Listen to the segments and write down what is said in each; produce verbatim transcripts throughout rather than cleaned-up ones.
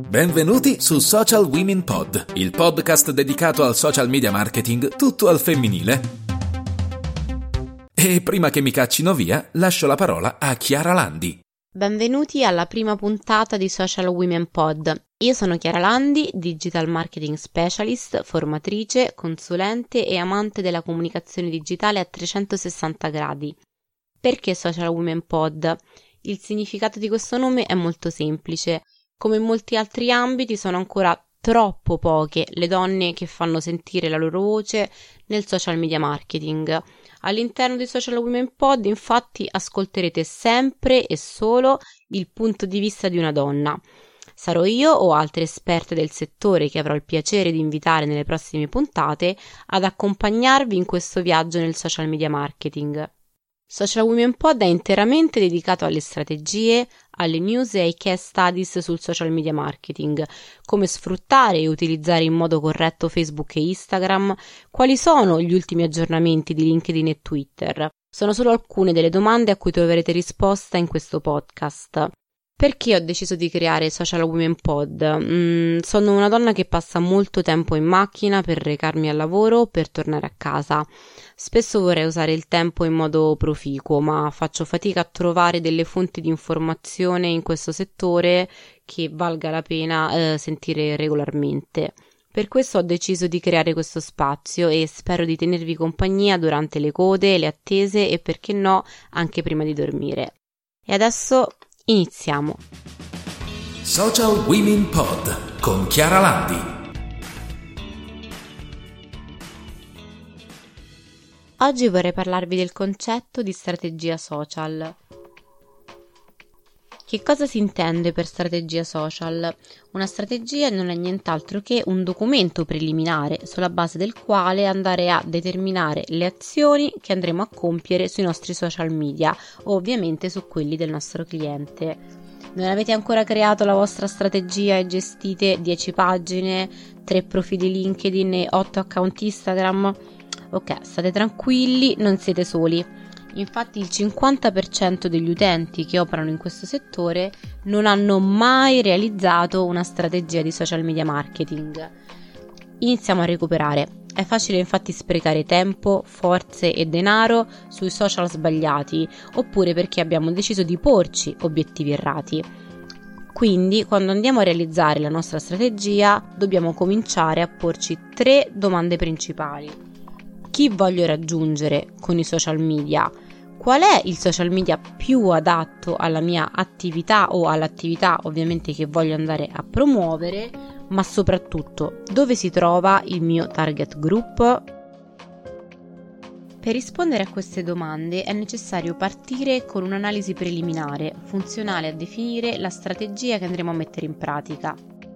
Benvenuti su Social Women Pod, il podcast dedicato al social media marketing tutto al femminile. E prima che mi caccino via, lascio la parola a Chiara Landi. Benvenuti alla prima puntata di Social Women Pod. Io sono Chiara Landi, Digital Marketing Specialist, formatrice, consulente e amante della comunicazione digitale a trecentosessanta gradi. Perché Social Women Pod? Il significato di questo nome è molto semplice. Come in molti altri ambiti sono ancora troppo poche le donne che fanno sentire la loro voce nel social media marketing. All'interno di Social Women Pod, infatti, ascolterete sempre e solo il punto di vista di una donna. Sarò io o altre esperte del settore che avrò il piacere di invitare nelle prossime puntate ad accompagnarvi in questo viaggio nel social media marketing. Social Women Pod è interamente dedicato alle strategie, alle news e ai case studies sul social media marketing, come sfruttare e utilizzare in modo corretto Facebook e Instagram, quali sono gli ultimi aggiornamenti di LinkedIn e Twitter. Sono solo alcune delle domande a cui troverete risposta in questo podcast. Perché ho deciso di creare Social Women Pod? Mm, sono una donna che passa molto tempo in macchina per recarmi al lavoro o per tornare a casa. Spesso vorrei usare il tempo in modo proficuo, ma faccio fatica a trovare delle fonti di informazione in questo settore che valga la pena eh, sentire regolarmente. Per questo ho deciso di creare questo spazio e spero di tenervi compagnia durante le code, le attese e perché no anche prima di dormire. E adesso iniziamo. Social Women Pod con Chiara Landi. Oggi vorrei parlarvi del concetto di strategia social. Che cosa si intende per strategia social? Una strategia non è nient'altro che un documento preliminare sulla base del quale andare a determinare le azioni che andremo a compiere sui nostri social media o ovviamente su quelli del nostro cliente. Non avete ancora creato la vostra strategia e gestite dieci pagine, tre profili LinkedIn e otto account Instagram? Ok, state tranquilli, non siete soli. Infatti il cinquanta per cento degli utenti che operano in questo settore non hanno mai realizzato una strategia di social media marketing. Iniziamo a recuperare. È facile infatti sprecare tempo, forze e denaro sui social sbagliati, oppure perché abbiamo deciso di porci obiettivi errati. Quindi, quando andiamo a realizzare la nostra strategia, dobbiamo cominciare a porci tre domande principali. Chi voglio raggiungere con i social media? Qual è il social media più adatto alla mia attività o all'attività ovviamente che voglio andare a promuovere? Ma soprattutto, dove si trova il mio target group? Per rispondere a queste domande è necessario partire con un'analisi preliminare, funzionale a definire la strategia che andremo a mettere in pratica.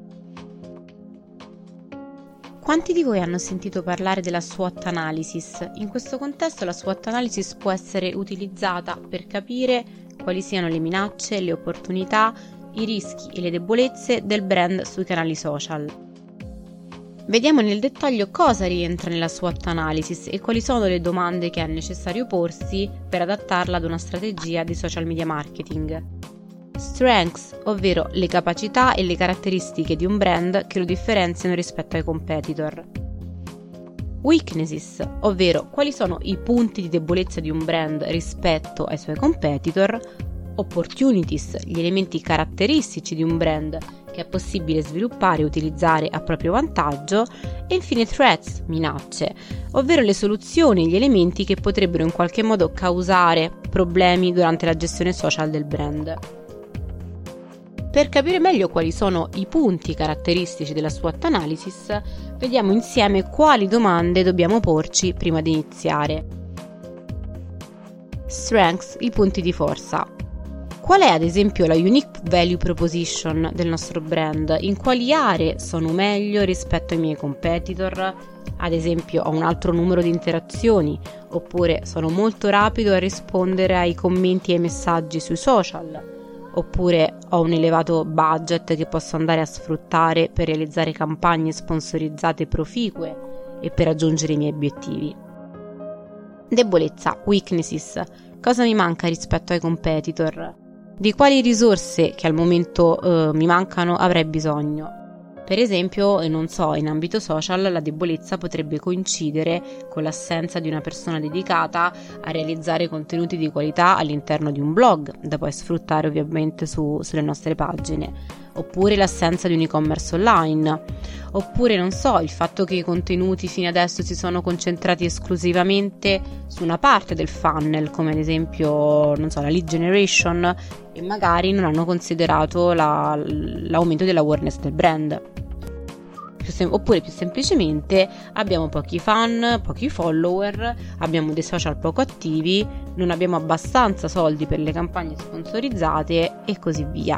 Quanti di voi hanno sentito parlare della SWOT analysis? In questo contesto la SWOT analysis può essere utilizzata per capire quali siano le minacce, le opportunità, i rischi e le debolezze del brand sui canali social. Vediamo nel dettaglio cosa rientra nella SWOT analysis e quali sono le domande che è necessario porsi per adattarla ad una strategia di social media marketing. Strengths, ovvero le capacità e le caratteristiche di un brand che lo differenziano rispetto ai competitor. Weaknesses, ovvero quali sono i punti di debolezza di un brand rispetto ai suoi competitor. Opportunities, gli elementi caratteristici di un brand che è possibile sviluppare e utilizzare a proprio vantaggio. E infine threats, minacce, ovvero le soluzioni e gli elementi che potrebbero in qualche modo causare problemi durante la gestione social del brand. Per capire meglio quali sono i punti caratteristici della SWOT analysis, vediamo insieme quali domande dobbiamo porci prima di iniziare. Strengths, i punti di forza. Qual è ad esempio la unique value proposition del nostro brand? In quali aree sono meglio rispetto ai miei competitor? Ad esempio ho un alto numero di interazioni, oppure sono molto rapido a rispondere ai commenti e ai messaggi sui social. Oppure ho un elevato budget che posso andare a sfruttare per realizzare campagne sponsorizzate proficue e per raggiungere i miei obiettivi. Debolezza, weaknesses. Cosa mi manca rispetto ai competitor? Di quali risorse che al momento eh, mi mancano avrei bisogno? Per esempio, non so, in ambito social la debolezza potrebbe coincidere con l'assenza di una persona dedicata a realizzare contenuti di qualità all'interno di un blog, da poi sfruttare ovviamente su, sulle nostre pagine, oppure l'assenza di un e-commerce online, oppure non so, il fatto che i contenuti fino adesso si sono concentrati esclusivamente su una parte del funnel, come ad esempio, non so, la lead generation, e magari non hanno considerato la, l'aumento dell'awareness del brand. Più sem- oppure più semplicemente abbiamo pochi fan, pochi follower, abbiamo dei social poco attivi, non abbiamo abbastanza soldi per le campagne sponsorizzate e così via.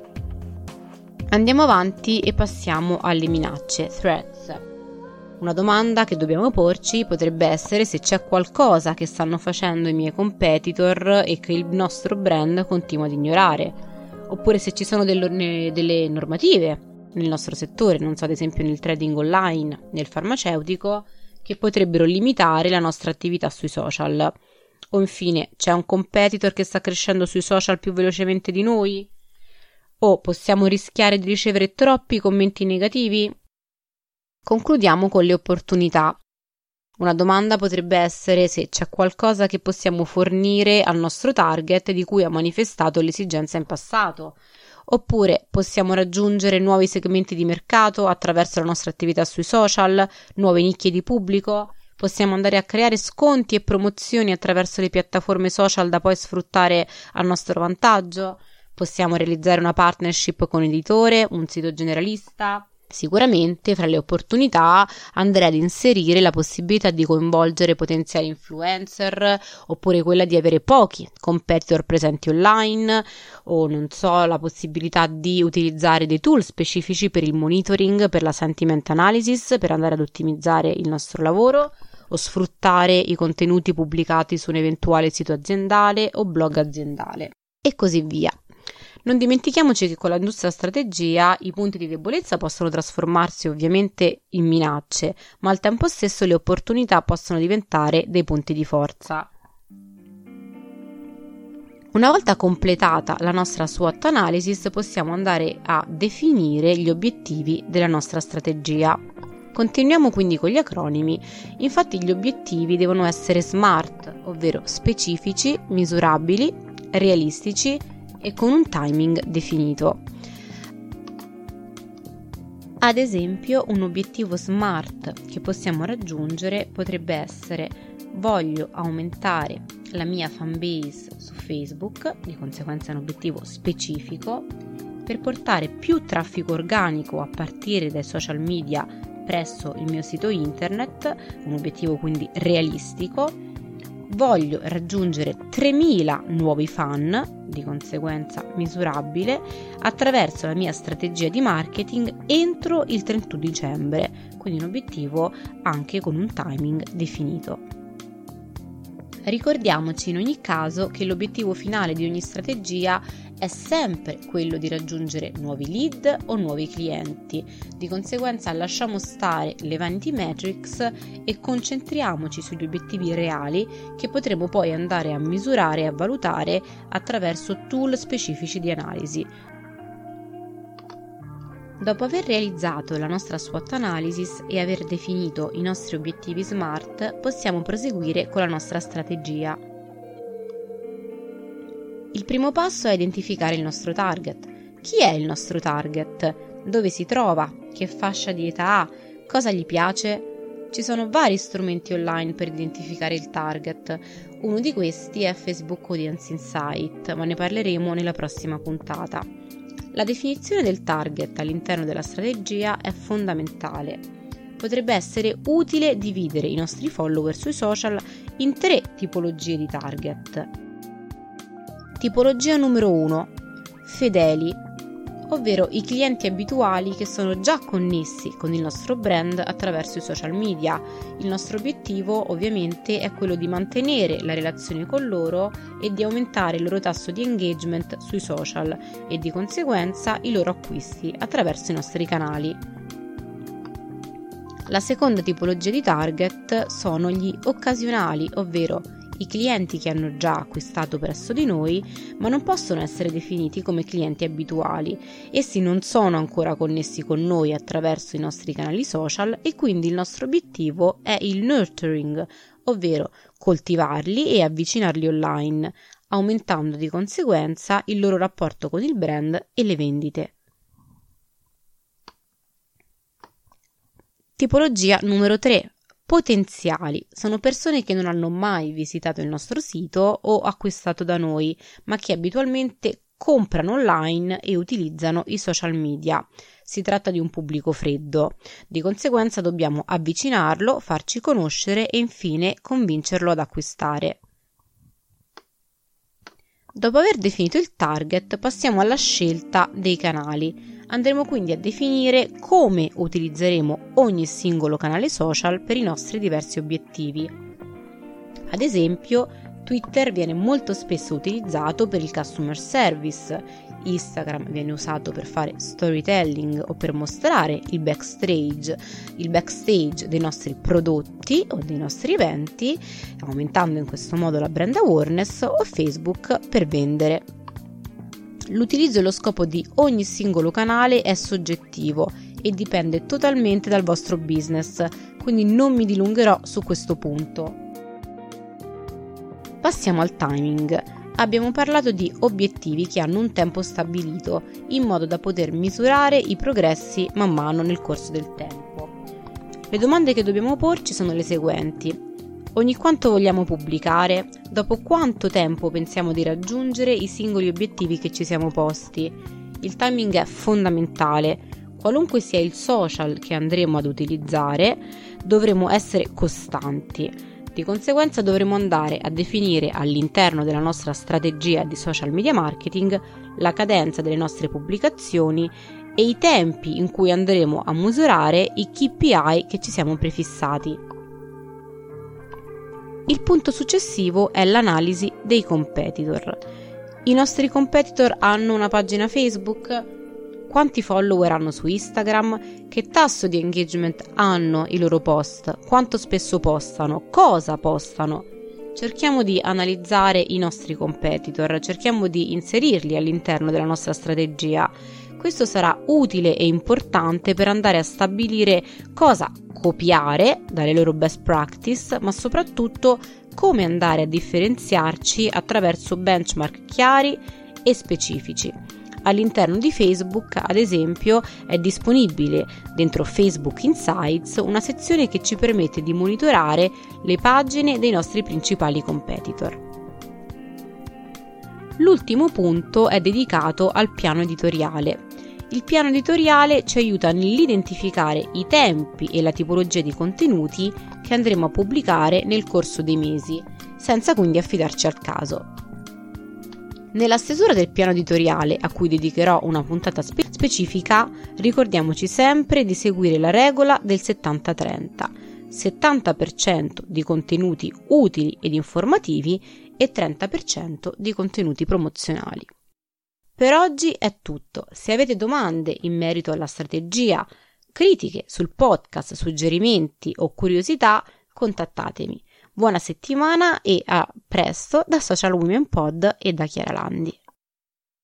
Andiamo avanti e passiamo alle minacce, threats. Una domanda che dobbiamo porci potrebbe essere se c'è qualcosa che stanno facendo i miei competitor e che il nostro brand continua ad ignorare, oppure se ci sono delle, delle normative nel nostro settore, non so, ad esempio nel trading online, nel farmaceutico, che potrebbero limitare la nostra attività sui social. O infine, c'è un competitor che sta crescendo sui social più velocemente di noi? O possiamo rischiare di ricevere troppi commenti negativi? Concludiamo con le opportunità. Una domanda potrebbe essere se c'è qualcosa che possiamo fornire al nostro target di cui ha manifestato l'esigenza in passato, oppure possiamo raggiungere nuovi segmenti di mercato attraverso la nostra attività sui social, nuove nicchie di pubblico, possiamo andare a creare sconti e promozioni attraverso le piattaforme social da poi sfruttare a nostro vantaggio, possiamo realizzare una partnership con un editore, un sito generalista. Sicuramente fra le opportunità andrei ad inserire la possibilità di coinvolgere potenziali influencer, oppure quella di avere pochi competitor presenti online, o non so, la possibilità di utilizzare dei tool specifici per il monitoring, per la sentiment analysis, per andare ad ottimizzare il nostro lavoro, o sfruttare i contenuti pubblicati su un eventuale sito aziendale o blog aziendale, e così via. Non dimentichiamoci che con l'industria strategia i punti di debolezza possono trasformarsi ovviamente in minacce, ma al tempo stesso le opportunità possono diventare dei punti di forza. Una volta completata la nostra SWOT analysis, possiamo andare a definire gli obiettivi della nostra strategia. Continuiamo quindi con gli acronimi. Infatti gli obiettivi devono essere SMART, ovvero specifici, misurabili, realistici e con un timing definito. Ad esempio, un obiettivo SMART che possiamo raggiungere potrebbe essere: voglio aumentare la mia fanbase su Facebook, di conseguenza è un obiettivo specifico, per portare più traffico organico a partire dai social media presso il mio sito internet, un obiettivo quindi realistico. Voglio raggiungere tremila nuovi fan, di conseguenza misurabile, attraverso la mia strategia di marketing entro il trentuno dicembre, quindi un obiettivo anche con un timing definito. Ricordiamoci in ogni caso che l'obiettivo finale di ogni strategia è sempre quello di raggiungere nuovi lead o nuovi clienti. Di conseguenza lasciamo stare le vanity metrics e concentriamoci sugli obiettivi reali che potremo poi andare a misurare e a valutare attraverso tool specifici di analisi. Dopo aver realizzato la nostra SWOT analysis e aver definito i nostri obiettivi SMART, possiamo proseguire con la nostra strategia. Il primo passo è identificare il nostro target. Chi è il nostro target? Dove si trova? Che fascia di età ha? Cosa gli piace? Ci sono vari strumenti online per identificare il target. Uno di questi è Facebook Audience Insight, ma ne parleremo nella prossima puntata. La definizione del target all'interno della strategia è fondamentale. Potrebbe essere utile dividere i nostri follower sui social in tre tipologie di target. Tipologia numero uno: fedeli, ovvero i clienti abituali che sono già connessi con il nostro brand attraverso i social media. Il nostro obiettivo ovviamente è quello di mantenere la relazione con loro e di aumentare il loro tasso di engagement sui social e di conseguenza i loro acquisti attraverso i nostri canali. La seconda tipologia di target sono gli occasionali, ovvero i clienti che hanno già acquistato presso di noi, ma non possono essere definiti come clienti abituali. Essi non sono ancora connessi con noi attraverso i nostri canali social e quindi il nostro obiettivo è il nurturing, ovvero coltivarli e avvicinarli online, aumentando di conseguenza il loro rapporto con il brand e le vendite. Tipologia numero tre. Potenziali. Sono persone che non hanno mai visitato il nostro sito o acquistato da noi, ma che abitualmente comprano online e utilizzano i social media. Si tratta di un pubblico freddo. Di conseguenza dobbiamo avvicinarlo, farci conoscere e infine convincerlo ad acquistare. Dopo aver definito il target, passiamo alla scelta dei canali. Andremo quindi a definire come utilizzeremo ogni singolo canale social per i nostri diversi obiettivi. Ad esempio, Twitter viene molto spesso utilizzato per il customer service, Instagram viene usato per fare storytelling o per mostrare il backstage, il backstage dei nostri prodotti o dei nostri eventi, aumentando in questo modo la brand awareness, o Facebook per vendere. L'utilizzo e lo scopo di ogni singolo canale è soggettivo e dipende totalmente dal vostro business, quindi non mi dilungherò su questo punto. Passiamo al timing. Abbiamo parlato di obiettivi che hanno un tempo stabilito, in modo da poter misurare i progressi man mano nel corso del tempo. Le domande che dobbiamo porci sono le seguenti. Ogni quanto vogliamo pubblicare? Dopo quanto tempo pensiamo di raggiungere i singoli obiettivi che ci siamo posti? Il timing è fondamentale. Qualunque sia il social che andremo ad utilizzare, dovremo essere costanti. Di conseguenza dovremo andare a definire all'interno della nostra strategia di social media marketing la cadenza delle nostre pubblicazioni e i tempi in cui andremo a misurare i K P I che ci siamo prefissati. Il punto successivo è l'analisi dei competitor. I nostri competitor hanno una pagina Facebook? Quanti follower hanno su Instagram? Che tasso di engagement hanno i loro post? Quanto spesso postano? Cosa postano? Cerchiamo di analizzare i nostri competitor, cerchiamo di inserirli all'interno della nostra strategia. Questo sarà utile e importante per andare a stabilire cosa copiare dalle loro best practice, ma soprattutto come andare a differenziarci attraverso benchmark chiari e specifici. All'interno di Facebook, ad esempio, è disponibile dentro Facebook Insights una sezione che ci permette di monitorare le pagine dei nostri principali competitor. L'ultimo punto è dedicato al piano editoriale. Il piano editoriale ci aiuta nell'identificare i tempi e la tipologia di contenuti che andremo a pubblicare nel corso dei mesi, senza quindi affidarci al caso. Nella stesura del piano editoriale, a cui dedicherò una puntata spe- specifica, ricordiamoci sempre di seguire la regola del settanta trenta. settanta per cento di contenuti utili ed informativi e trenta per cento di contenuti promozionali. Per oggi è tutto. Se avete domande in merito alla strategia, critiche sul podcast, suggerimenti o curiosità, contattatemi. Buona settimana e a presto da Social Women Pod e da Chiara Landi.